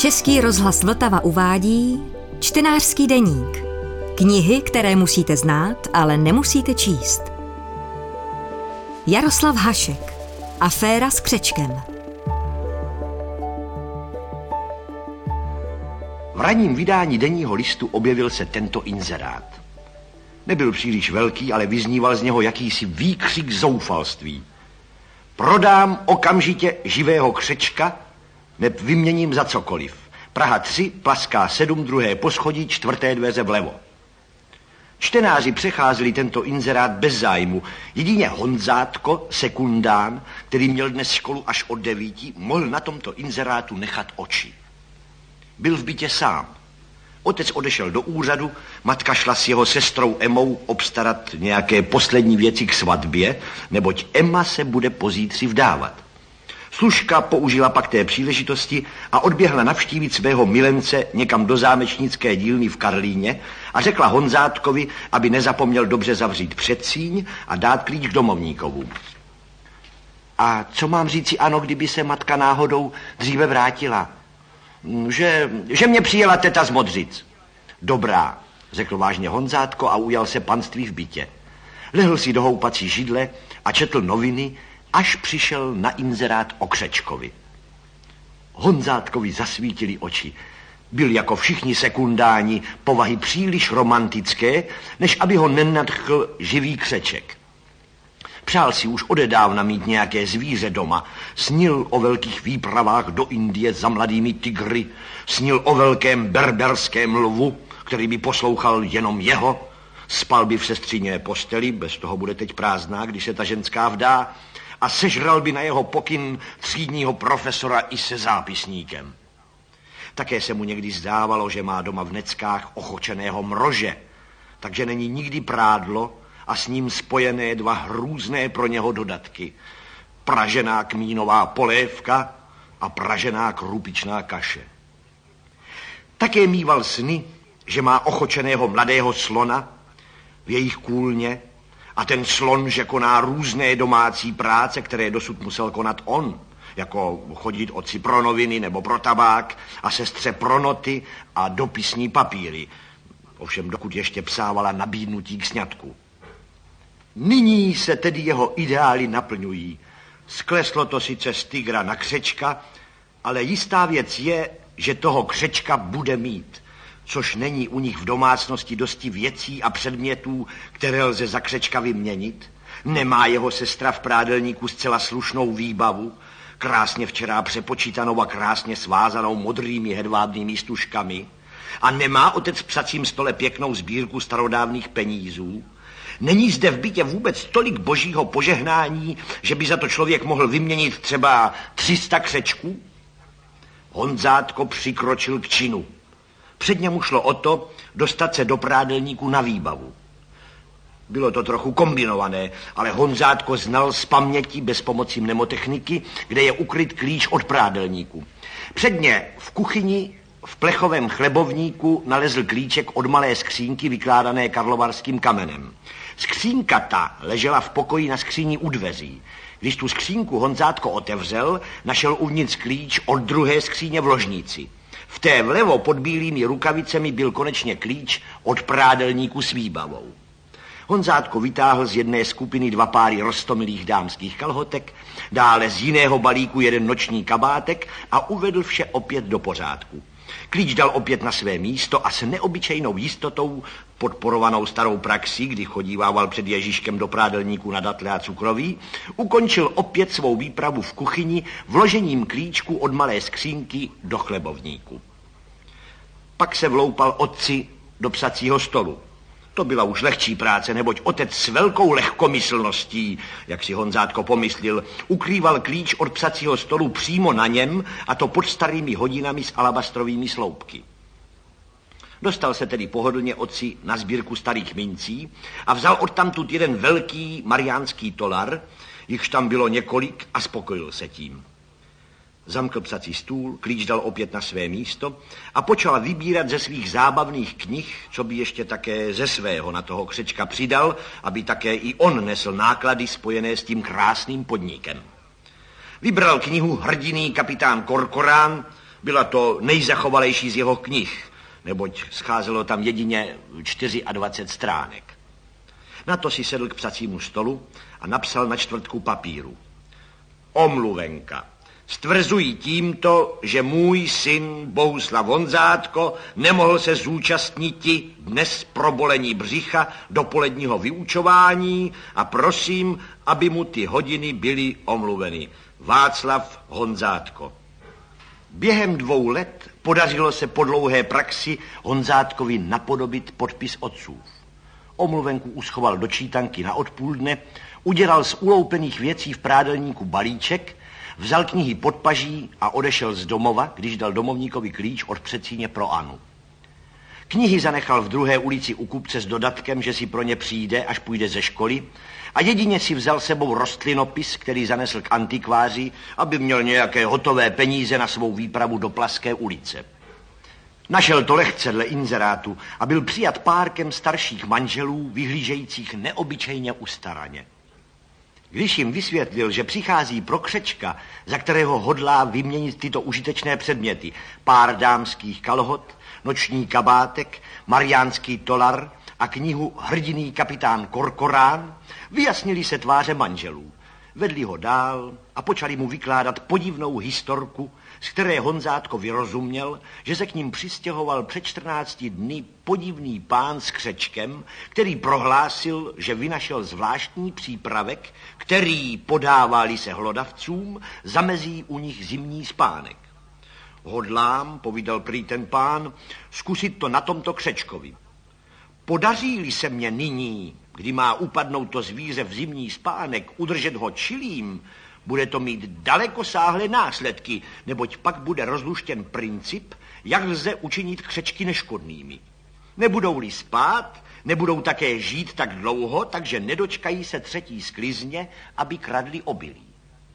Český rozhlas Vltava uvádí Čtenářský deník. Knihy, které musíte znát, ale nemusíte číst. Jaroslav Hašek. Aféra s křečkem. V ranním vydání denního listu objevil se tento inzerát. Nebyl příliš velký, ale vyzníval z něho jakýsi výkřik zoufalství. Prodám okamžitě živého křečka, neb vyměním za cokoliv. Praha 3, Plaská 7, druhé poschodí, 4. dveře vlevo. Čtenáři přecházeli tento inzerát bez zájmu. Jedině Honzátko, sekundán, který měl dnes školu až od 9, mohl na tomto inzerátu nechat oči. Byl v bytě sám. Otec odešel do úřadu, matka šla s jeho sestrou Emou obstarat nějaké poslední věci k svatbě, neboť Emma se bude pozítří vdávat. Služka použila pak té příležitosti a odběhla navštívit svého milence někam do zámečnické dílny v Karlíně a řekla Honzátkovi, aby nezapomněl dobře zavřít předsíň a dát klíč k domovníkovům. A co mám říci ano, kdyby se matka náhodou dříve vrátila? Že mě přijela teta z Modřic. Dobrá, řekl vážně Honzátko a ujal se panství v bytě. Lehl si do houpací židle a četl noviny, až přišel na inzerát o křečkovi. Honzátkovi zasvítily oči. Byl jako všichni sekundáni povahy příliš romantické, než aby ho nenadchl živý křeček. Přál si už odedávna mít nějaké zvíře doma. Snil o velkých výpravách do Indie za mladými tygry. Snil o velkém berberském lvu, který by poslouchal jenom jeho. Spal by v sestřině posteli, bez toho bude teď prázdná, když se ta ženská vdá. A sežral by na jeho pokyn třídního profesora i se zápisníkem. Také se mu někdy zdávalo, že má doma v Neckách ochočeného mrože, takže není nikdy prádlo a s ním spojené 2 hrůzné pro něho dodatky. Pražená kmínová polévka a pražená krupičná kaše. Také mýval sny, že má ochočeného mladého slona v jejich kůlně a ten slon, že koná různé domácí práce, které dosud musel konat on, jako chodit otci pro noviny nebo pro tabák a sestře pro noty a dopisní papíry. Ovšem dokud ještě psávala nabídnutí k sňatku. Nyní se tedy jeho ideály naplňují. Skleslo to sice z tygra na křečka, ale jistá věc je, že toho křečka bude mít, což není u nich v domácnosti dosti věcí a předmětů, které lze za křečka vyměnit. Nemá jeho sestra v prádelníku zcela slušnou výbavu, krásně včera přepočítanou a krásně svázanou modrými hedvábnými stužkami. A nemá otec v psacím stole pěknou sbírku starodávných penízů. Není zde v bytě vůbec tolik božího požehnání, že by za to člověk mohl vyměnit třeba 300 křečků? Honzátko přikročil k činu. Před němu šlo o to dostat se do prádelníku na výbavu. Bylo to trochu kombinované, ale Honzátko znal z paměti bez pomoci mnemotechniky, kde je ukryt klíč od prádelníku. Předně v kuchyni v plechovém chlebovníku nalezl klíček od malé skřínky vykládané karlovarským kamenem. Skřínka ta ležela v pokoji na skříni u dveří. Když tu skřínku Honzátko otevřel, našel uvnitř klíč od druhé skříně v ložnici. V té vlevo pod bílými rukavicemi byl konečně klíč od prádelníku s výbavou. Honzátko vytáhl z jedné skupiny 2 páry roztomilých dámských kalhotek, dále z jiného balíku 1 noční kabátek a uvedl vše opět do pořádku. Klíč dal opět na své místo a s neobyčejnou jistotou, podporovanou starou praxí, kdy chodívával před Ježíškem do prádelníku na datle a cukroví, ukončil opět svou výpravu v kuchyni vložením klíčku od malé skřínky do chlebovníku. Pak se vloupal otci do psacího stolu. To byla už lehčí práce, neboť otec s velkou lehkomyslností, jak si Honzátko pomyslil, ukrýval klíč od psacího stolu přímo na něm, a to pod starými hodinami s alabastrovými sloupky. Dostal se tedy pohodlně otci na sbírku starých mincí a vzal odtamtud 1 velký mariánský tolar, jichž tam bylo několik, a spokojil se tím. Zamkl psací stůl, klíč dal opět na své místo a počal vybírat ze svých zábavných knih, co by ještě také ze svého na toho křečka přidal, aby také i on nesl náklady spojené s tím krásným podnikem. Vybral knihu Hrdinný kapitán Korkorán, Byla to nejzachovalejší z jeho knih, neboť scházelo tam jedině 24 stránek. Na to si sedl k psacímu stolu a napsal na čtvrtku papíru. Omluvenka. Stvrzuji tímto, že můj syn Bohuslav Honzátko nemohl se zúčastniti dnes probolení břicha dopoledního vyučování a prosím, aby mu ty hodiny byly omluveny. Václav Honzátko. Během 2 let podařilo se po dlouhé praxi Honzátkovi napodobit podpis otcův. Omluvenku uschoval do čítanky na odpoledne, udělal z uloupených věcí v prádelníku balíček, vzal knihy pod paží a odešel z domova, když dal domovníkovi klíč od předsíně pro Anu. Knihy zanechal v druhé ulici u kupce s dodatkem, že si pro ně přijde, až půjde ze školy, a jedině si vzal sebou rostlinopis, který zanesl k antikváři, aby měl nějaké hotové peníze na svou výpravu do Plaské ulice. Našel to lehce dle inzerátu a byl přijat párkem starších manželů, vyhlížejících neobyčejně ustaraně. Když jim vysvětlil, že přichází pro křečka, za kterého hodlá vyměnit tyto užitečné předměty, pár dámských kalhot, noční kabátek, mariánský tolar a knihu Hrdinný kapitán Korkorán, vyjasnili se tváře manželů. Vedli ho dál a počali mu vykládat podivnou historku, z které Honzátko vyrozuměl, že se k ním přistěhoval před 14 dny podivný pán s křečkem, který prohlásil, že vynašel zvláštní přípravek, který, podává-li se hlodavcům, zamezí u nich zimní spánek. Hodlám, povídal prý ten pán, zkusit to na tomto křečkovi. Podaří-li se mě nyní, kdy má upadnout to zvíře v zimní spánek, udržet ho čilým, bude to mít dalekosáhlé následky, neboť pak bude rozluštěn princip, jak lze učinit křečky neškodnými. Nebudou-li spát, nebudou také žít tak dlouho, takže nedočkají se 3. sklizně, aby kradli obilí.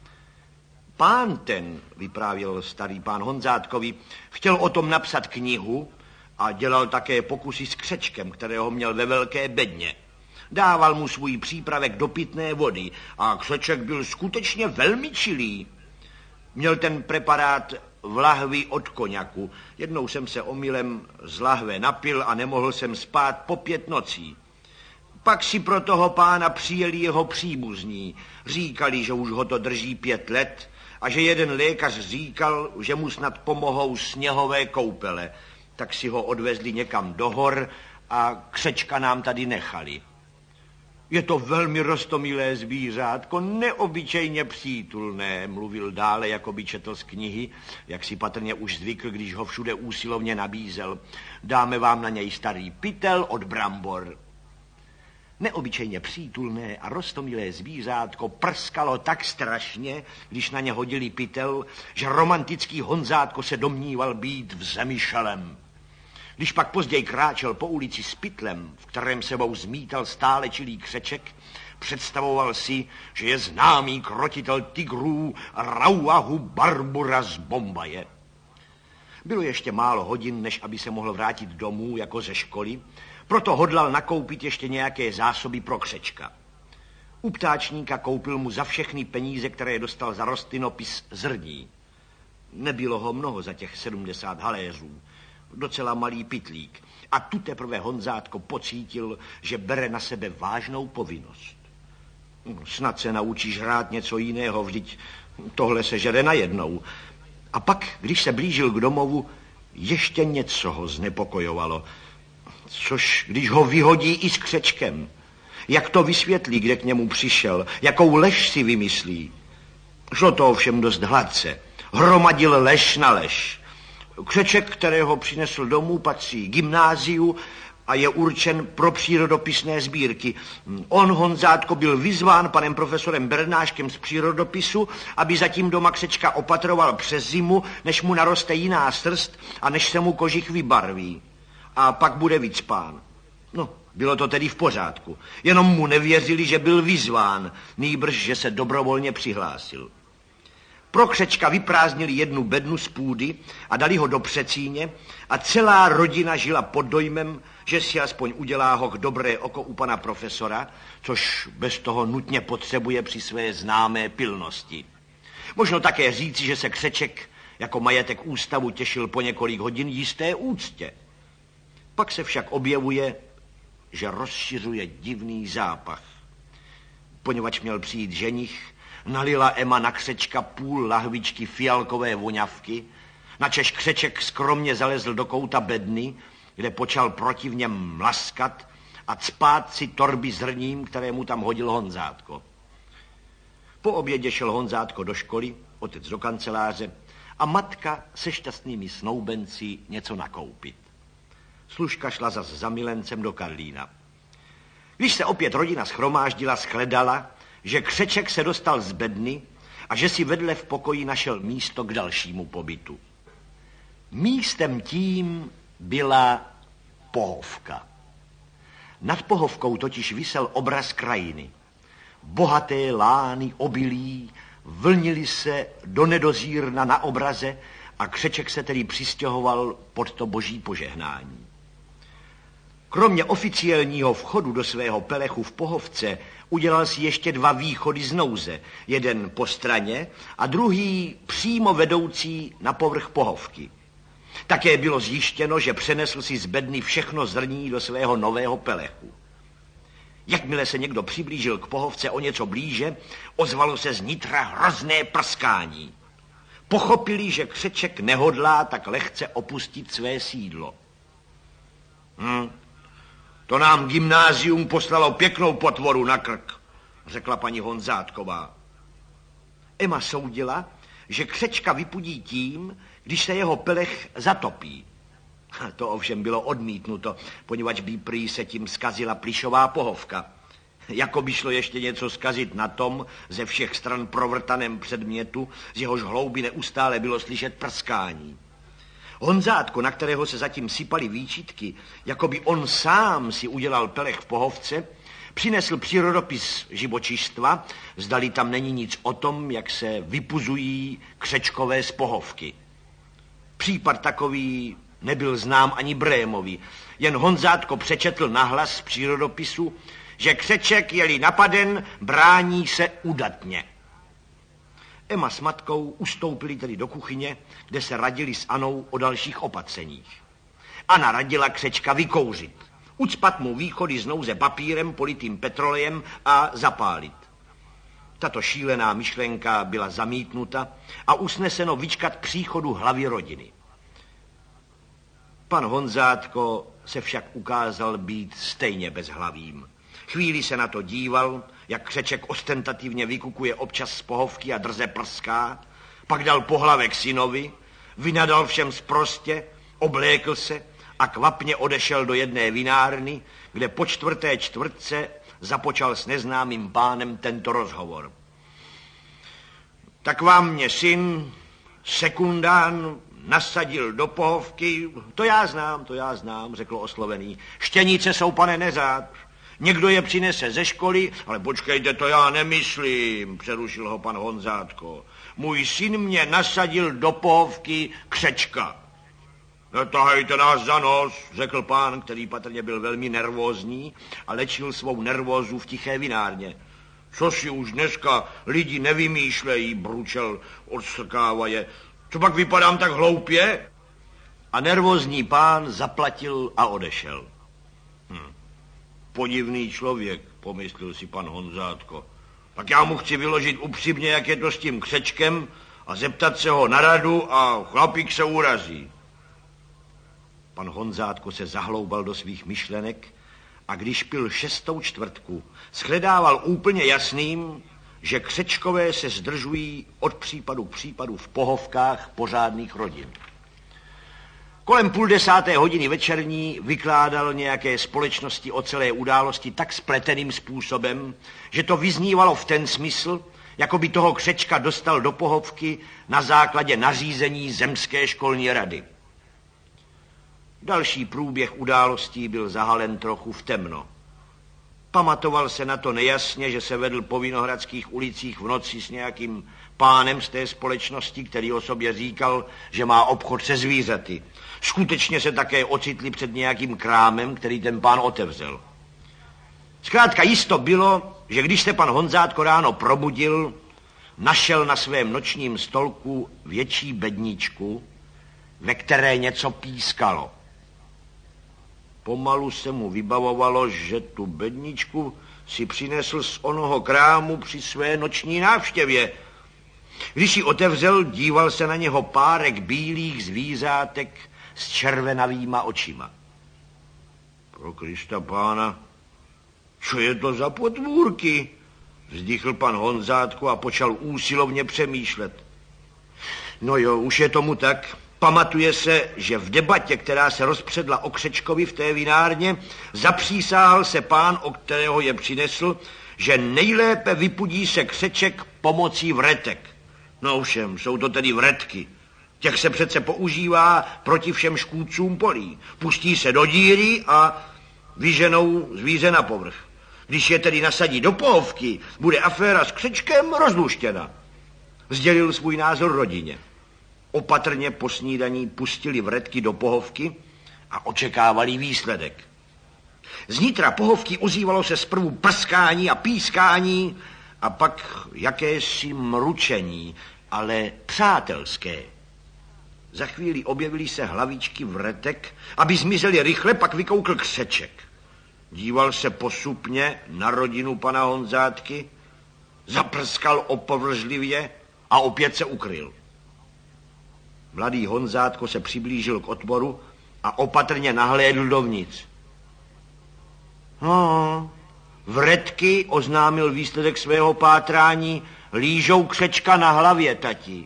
Pán ten, vyprávěl starý pán Honzátkovi, chtěl o tom napsat knihu a dělal také pokusy s křečkem, kterého měl ve velké bedně. Dával mu svůj přípravek do pitné vody a křeček byl skutečně velmi čilý. Měl ten preparát v lahvi od koňaku. Jednou jsem se omylem z lahve napil a nemohl jsem spát po 5 nocí. Pak si pro toho pána přijeli jeho příbuzní. Říkali, že už ho to drží 5 let a že jeden lékař říkal, že mu snad pomohou sněhové koupele. Tak si ho odvezli někam do hor a křečka nám tady nechali. Je to velmi roztomilé zvířátko, neobyčejně přítulné, mluvil dále, jako by četl z knihy, jak si patrně už zvykl, když ho všude úsilovně nabízel. Dáme vám na něj starý pytel od brambor. Neobyčejně přítulné a roztomilé zvířátko prskalo tak strašně, když na ně hodili pytel, že romantický Honzátko se domníval být v zemi šelem. Když pak později kráčel po ulici s pytlem, v kterém sebou zmítal stále čilý křeček, představoval si, že je známý krotitel tigrů Rauahu Barbura z Bombaje. Bylo ještě málo hodin, než aby se mohl vrátit domů jako ze školy, proto hodlal nakoupit ještě nějaké zásoby pro křečka. U ptáčníka koupil mu za všechny peníze, které dostal za rostlinopis, zrní. Nebylo ho mnoho za těch 70 haléřů. Docela malý pytlík. A tu teprve Honzátko pocítil, že bere na sebe vážnou povinnost. Snad se naučíš hrát něco jiného, vždyť tohle se žere najednou. A pak, když se blížil k domovu, ještě něco ho znepokojovalo. Což, když ho vyhodí i s křečkem. Jak to vysvětlí, kde k němu přišel, jakou lež si vymyslí. Šlo to ovšem dost hladce. Hromadil lež na lež. Křeček, kterého přinesl domů, patří gymnáziu a je určen pro přírodopisné sbírky. On, Honzátko, byl vyzván panem profesorem Bernáškem z přírodopisu, aby zatím doma křečka opatroval přes zimu, než mu naroste jiná srst a než se mu kožich vybarví. A pak bude vycpán. No, bylo to tedy v pořádku. Jenom mu nevěřili, že byl vyzván, nýbrž, že se dobrovolně přihlásil. Pro křečka vyprázdnili 1 bednu z půdy a dali ho do přecíně a celá rodina žila pod dojmem, že si aspoň udělá hoch dobré oko u pana profesora, což bez toho nutně potřebuje při své známé pilnosti. Možno také říci, že se křeček Jako majetek ústavu těšil po několik hodin jisté úctě. Pak se však objevuje, že rozšiřuje divný zápach. Poněvadž měl přijít ženich, nalila Ema na Křečka půl lahvičky fialkové voňavky, načež Křeček skromně zalezl do kouta bedny, kde počal proti v něm mlaskat a cpát si torby s hrním, které mu tam hodil Honzátko. Po obědě šel Honzátko do školy, otec do kanceláře a matka se šťastnými snoubenci něco nakoupit. Služka šla zas za milencem do Karlína. Když se opět rodina shromáždila, shledala, že Křeček se dostal z bedny a že si vedle v pokoji našel místo k dalšímu pobytu. Místem tím byla pohovka. Nad pohovkou totiž visel obraz krajiny. Bohaté lány obilí vlnily se do nedozírna na obraze a Křeček se tedy přistěhoval pod to boží požehnání. Kromě oficiálního vchodu do svého pelechu v pohovce udělal si ještě 2 východy z nouze, jeden po straně a druhý přímo vedoucí na povrch pohovky. Také bylo zjištěno, že přenesl si z bedny všechno zrní do svého nového pelechu. Jakmile se někdo přiblížil k pohovce o něco blíže, ozvalo se z nitra hrozné prskání. Pochopili, že Křeček nehodlá tak lehce opustit své sídlo. To nám gymnázium poslalo pěknou potvoru na krk, řekla paní Honzátková. Ema soudila, že Křečka vypudí tím, když se jeho pelech zatopí. To ovšem bylo odmítnuto, poněvadž by prý se tím zkazila plišová pohovka. Jako by šlo ještě něco zkazit na tom ze všech stran provrtaném předmětu, z jehož hlouby neustále bylo slyšet prskání. Honzátko, na kterého se zatím sypaly výčitky, jako by on sám si udělal pelech v pohovce, přinesl přírodopis živočištva, zdali tam není nic o tom, jak se vypuzují křečkové z pohovky. Případ takový nebyl znám ani Brémovi, jen Honzátko přečetl nahlas z přírodopisu, že Křeček, je-li napaden, brání se udatně. Ema s matkou ustoupili tedy do kuchyně, kde se radili s Anou o dalších opatřeních. Anna radila Křečka vykouřit, ucpat mu východy z nouze papírem politým petrolejem a zapálit. Tato šílená myšlenka byla zamítnuta a usneseno vyčkat příchodu hlavy rodiny. Pan Honzátko se však ukázal být stejně bezhlavým. Chvíli se na to díval, jak Křeček ostentativně vykukuje občas z pohovky a drze prská, pak dal pohlavek synovi, vynadal všem sprostě, oblékl se a kvapně odešel do jedné vinárny, kde po 4:15 započal s neznámým pánem tento rozhovor. Tak vám mě syn, sekundán, nasadil do pohovky. To já znám, řekl oslovený. Štěnice jsou, pane, neřád. Někdo je přinese ze školy, ale počkejte, to já nemyslím, přerušil ho pan Honzátko. Můj syn mě nasadil do pohovky Křečka. Netahejte nás za nos, řekl pán, který patrně byl velmi nervózní a léčil svou nervózu v tiché vinárně. Co si už dneska lidi nevymýšlejí, bručel odstrkávaje. Co pak vypadám tak hloupě? A nervózní pán zaplatil a odešel. Podivný člověk, pomyslel si pan Honzátko. Tak já mu chci vyložit upřímně, jak je to s tím Křečkem a zeptat se ho na radu a chlapík se urazí. Pan Honzátko se zahloubal do svých myšlenek a když pil 6. čtvrtku, shledával úplně jasným, že Křečkové se zdržují od případu k případu v pohovkách pořádných rodin. Kolem 9:30 večerní vykládal nějaké společnosti o celé události tak spleteným způsobem, že to vyznívalo v ten smysl, jako by toho Křečka dostal do pohovky na základě nařízení zemské školní rady. Další průběh událostí byl zahalen trochu v temno. Pamatoval se na to nejasně, že se vedl po vinohradských ulicích v noci s nějakým pánem z té společnosti, který o sobě říkal, že má obchod se zvířaty. Skutečně se také ocitli před nějakým krámem, který ten pán otevřel. Zkrátka jisto bylo, že když se pan Honzátko ráno probudil, našel na svém nočním stolku větší bedničku, ve které něco pískalo. Pomalu se mu vybavovalo, že tu bedničku si přinesl z onoho krámu při své noční návštěvě. Když ji otevřel, díval se na něho párek bílých zvířátek s červenavýma očima. Pro Krista pána, co je to za potvůrky? Vzdychl pan Honzátko a počal úsilovně přemýšlet. No jo, už je tomu tak. Pamatuje se, že v debatě, která se rozpředla o Křečkovi v té vinárně, zapřísáhl se pán, o kterého je přinesl, že nejlépe vypudí se Křeček pomocí vretek. No ovšem, jsou to tedy vretky. Těch se přece používá proti všem škůdcům polí. Pustí se do díry a vyženou zvíře na povrch. Když je tedy nasadí do pohovky, bude aféra s Křečkem rozluštěna. Sdělil svůj názor rodině. Opatrně po snídaní pustili vretky do pohovky a očekávali výsledek. Znitra pohovky ozývalo se zprvu prskání a pískání a pak jakési mručení, ale přátelské. Za chvíli objevily se hlavičky vretek, aby zmizely rychle, pak vykoukl Křeček. Díval se posupně na rodinu pana Honzátky, zaprskal opovržlivě a opět se ukryl. Mladý Honzátko se přiblížil k otvoru a opatrně nahlédl dovnitř. No, vretky, oznámil výsledek svého pátrání, lížou Křečka na hlavě, tati.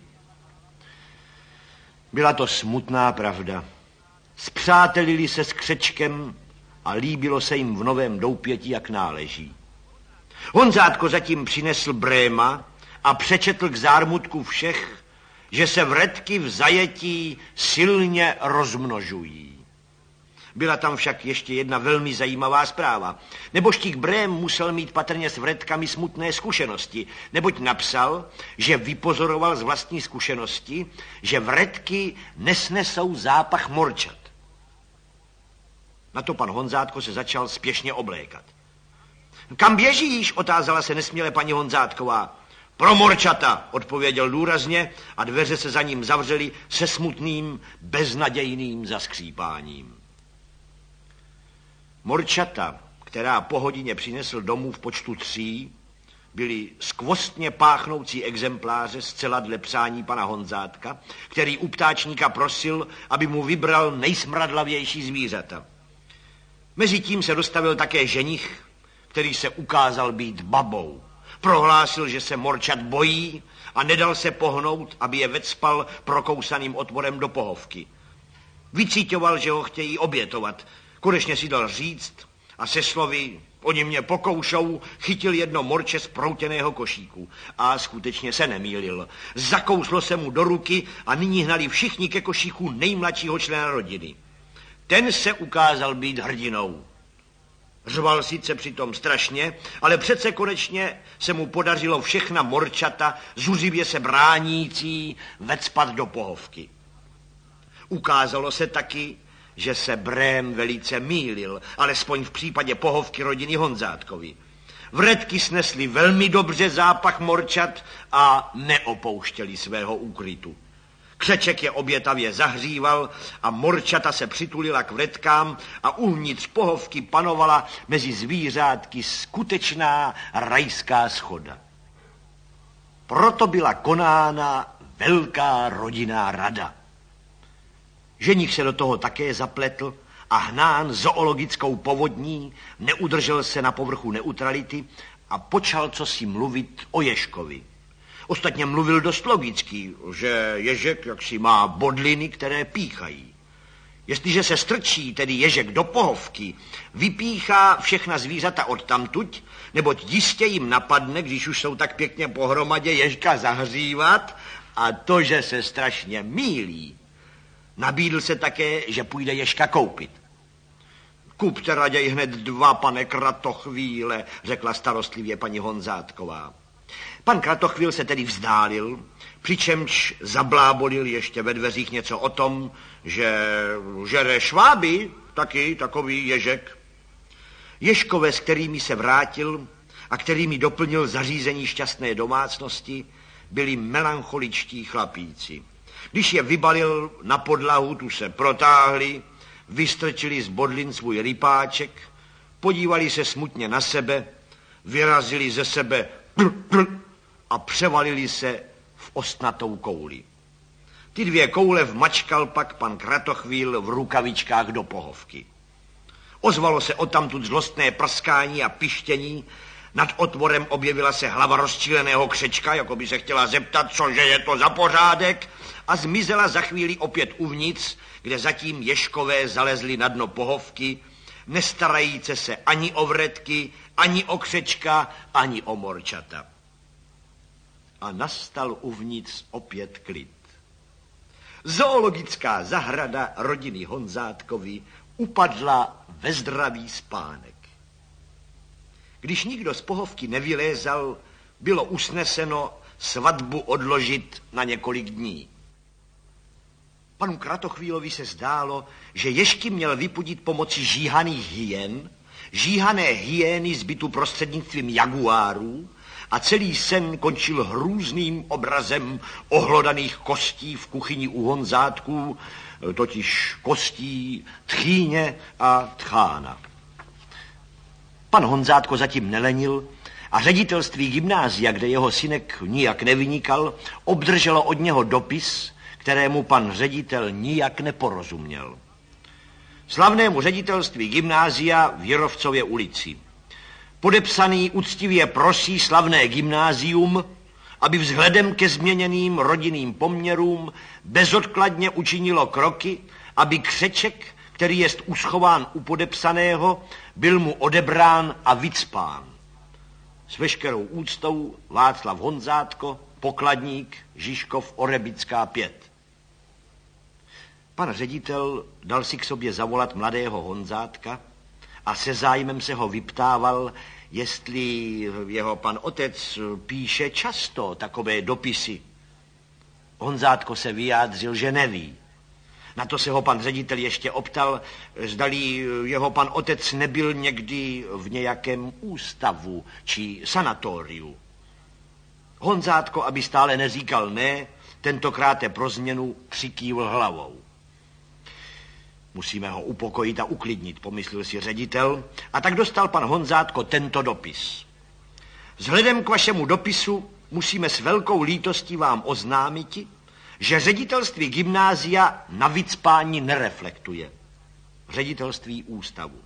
Byla to smutná pravda. Spřátelili se s Křečkem a líbilo se jim v Novém Doupěti, jak náleží. Honzátko zatím přinesl bréma a přečetl k zármutku všech, že se vretky v zajetí silně rozmnožují. Byla tam však ještě jedna velmi zajímavá zpráva. Nebožtík Brém musel mít patrně s vretkami smutné zkušenosti, neboť napsal, že vypozoroval z vlastní zkušenosti, že vretky nesnesou zápach morčat. Na to pan Honzátko se začal spěšně oblékat. Kam běžíš? Otázala se nesměle paní Honzátková. Pro morčata, odpověděl důrazně a dveře se za ním zavřely se smutným, beznadějným zaskřípáním. Morčata, která po hodině přinesl domů v počtu 3, byli skvostně páchnoucí exempláře zcela dle přání pana Honzátka, který u ptáčníka prosil, aby mu vybral nejsmradlavější zvířata. Mezitím se dostavil také ženich, který se ukázal být babou. Prohlásil, že se morčat bojí a nedal se pohnout, aby je vecpal prokousaným otvorem do pohovky. Vycíťoval, že ho chtějí obětovat. Konečně si dal říct a se slovy oni mě pokoušou, chytil jedno morče z proutěného košíku. A skutečně se nemýlil. Zakouslo se mu do ruky a nyní hnali všichni ke košíku nejmladšího člena rodiny. Ten se ukázal být hrdinou. Řval sice přitom strašně, ale přece konečně se mu podařilo všechna morčata, zuřivě se bránící, vecpat do pohovky. Ukázalo se taky, že se Brém velice mýlil, alespoň v případě pohovky rodiny Honzátkovi. Vretky snesly velmi dobře zápach morčat a neopouštěli svého úkrytu. Křeček je obětavě zahříval a morčata se přitulila k vretkám a uvnitř pohovky panovala mezi zvířátky skutečná rajská schoda. Proto byla konána velká rodinná rada. Ženich se do toho také zapletl a hnán zoologickou povodní neudržel se na povrchu neutrality a počal cosi mluvit o ježkovi. Ostatně mluvil dost logicky, že ježek jaksi má bodliny, které píchají. Jestliže se strčí tedy ježek do pohovky, vypíchá všechna zvířata odtamtuť, neboť jistě jim napadne, když už jsou tak pěkně pohromadě, ježka zahřívat a to, že se strašně mýlí. Nabídl se také, že půjde ježka koupit. Kupte raději hned 2, pane Kratochvíle, řekla starostlivě paní Honzátková. Pan Kratochvíl se tedy vzdálil, přičemž zablábolil ještě ve dveřích něco o tom, že žere šváby, taky takový ježek. Ježkové, s kterými se vrátil a kterými doplnil zařízení šťastné domácnosti, byli melancholičtí chlapíci. Když je vybalil na podlahu, tu se protáhli, vystrčili z bodlin svůj rypáček, podívali se smutně na sebe, vyrazili ze sebe a převalili se v ostnatou kouli. Ty dvě koule vmačkal pak pan Kratochvíl v rukavičkách do pohovky. Ozvalo se odtamtud zlostné prskání a pištění, nad otvorem objevila se hlava rozčíleného křečka, jako by se chtěla zeptat, cože je to za pořádek, a zmizela za chvíli opět uvnitř, kde zatím ježkové zalezli na dno pohovky, nestarajíce se ani o vretky, ani o křečka, ani o morčata. A nastal uvnitř opět klid. Zoologická zahrada rodiny Honzátkovi upadla ve zdravý spánek. Když nikdo z pohovky nevylézal, bylo usneseno svatbu odložit na několik dní. Panu Kratochvílovi se zdálo, že ještě měl vypudit pomocí žíhaných hyen, žíhané hyény zbytu prostřednictvím jaguárů, a celý sen končil hrůzným obrazem ohlodaných kostí v kuchyni u Honzátků, totiž kostí Tchýně a Tchána. Pan Honzátko zatím nelenil a ředitelství gymnázia, kde jeho synek nijak nevynikal, obdrželo od něho dopis, kterému pan ředitel nijak neporozuměl. Slavnému ředitelství gymnázia v Jirovcově ulici. Podepsaný úctivě prosí slavné gymnázium, aby vzhledem ke změněným rodinným poměrům bezodkladně učinilo kroky, aby křeček, který jest uschován u podepsaného, byl mu odebrán a vycpán. S veškerou úctou Václav Honzátko, pokladník, Žižkov, Orebická 5. Pan ředitel dal si k sobě zavolat mladého Honzátka a se zájmem se ho vyptával, jestli jeho pan otec píše často takové dopisy. Honzátko se vyjádřil, že neví. Na to se ho pan ředitel ještě optal, zdali jeho pan otec nebyl někdy v nějakém ústavu či sanatoriu. Honzátko, aby stále neříkal ne, tentokrát pro změnu přikývl hlavou. Musíme ho upokojit a uklidnit, pomyslel si ředitel, a tak dostal pan Honzátko tento dopis. Vzhledem k vašemu dopisu musíme s velkou lítostí vám oznámiti, že ředitelství gymnázia na vycpání nereflektuje. Ředitelství ústavu.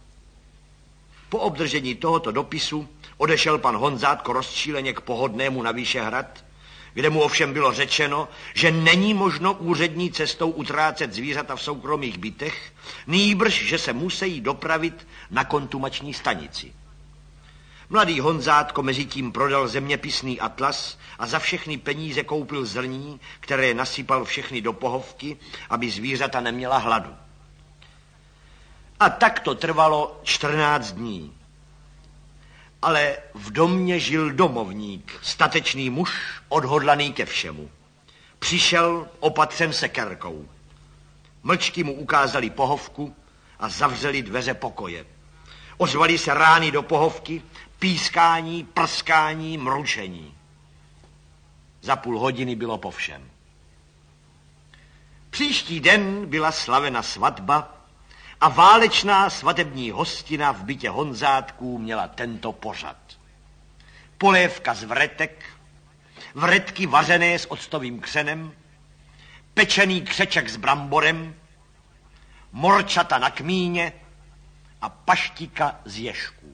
Po obdržení tohoto dopisu odešel pan Honzátko rozčíleně k Pohodnému na Vyšehrad, kde mu ovšem bylo řečeno, že není možno úřední cestou utrácet zvířata v soukromých bytech, nýbrž, že se musí dopravit na kontumační stanici. Mladý Honzátko mezitím prodal zeměpisný atlas a za všechny peníze koupil zrní, které nasypal všechny do pohovky, aby zvířata neměla hladu. A tak to trvalo 14 dní. Ale v domě žil domovník, statečný muž, odhodlaný ke všemu. Přišel opatřen sekerkou. Mlčky mu ukázali pohovku a zavřeli dveře pokoje. Ozvaly se rány do pohovky, pískání, prskání, mručení. Za půl hodiny bylo po všem. Příští den byla slavena svatba a válečná svatební hostina v bytě Honzátků měla tento pořad. Polévka z vretek, vretky vařené s octovým křenem, pečený křeček s bramborem, morčata na kmíně a paštika z ježků.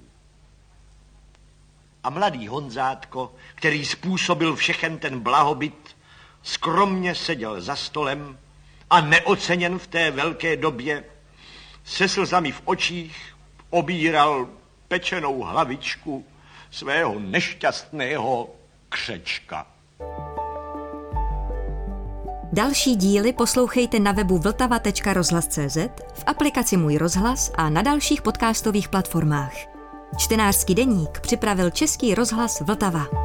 A mladý Honzátko, který způsobil všechen ten blahobyt, skromně seděl za stolem a neoceněn v té velké době, se slzami v očích obíral pečenou hlavičku svého nešťastného křečka. Další díly poslouchejte na webu vltava.rozhlas.cz, v aplikaci Můj rozhlas a na dalších podcastových platformách. Čtenářský deník připravil Český rozhlas Vltava.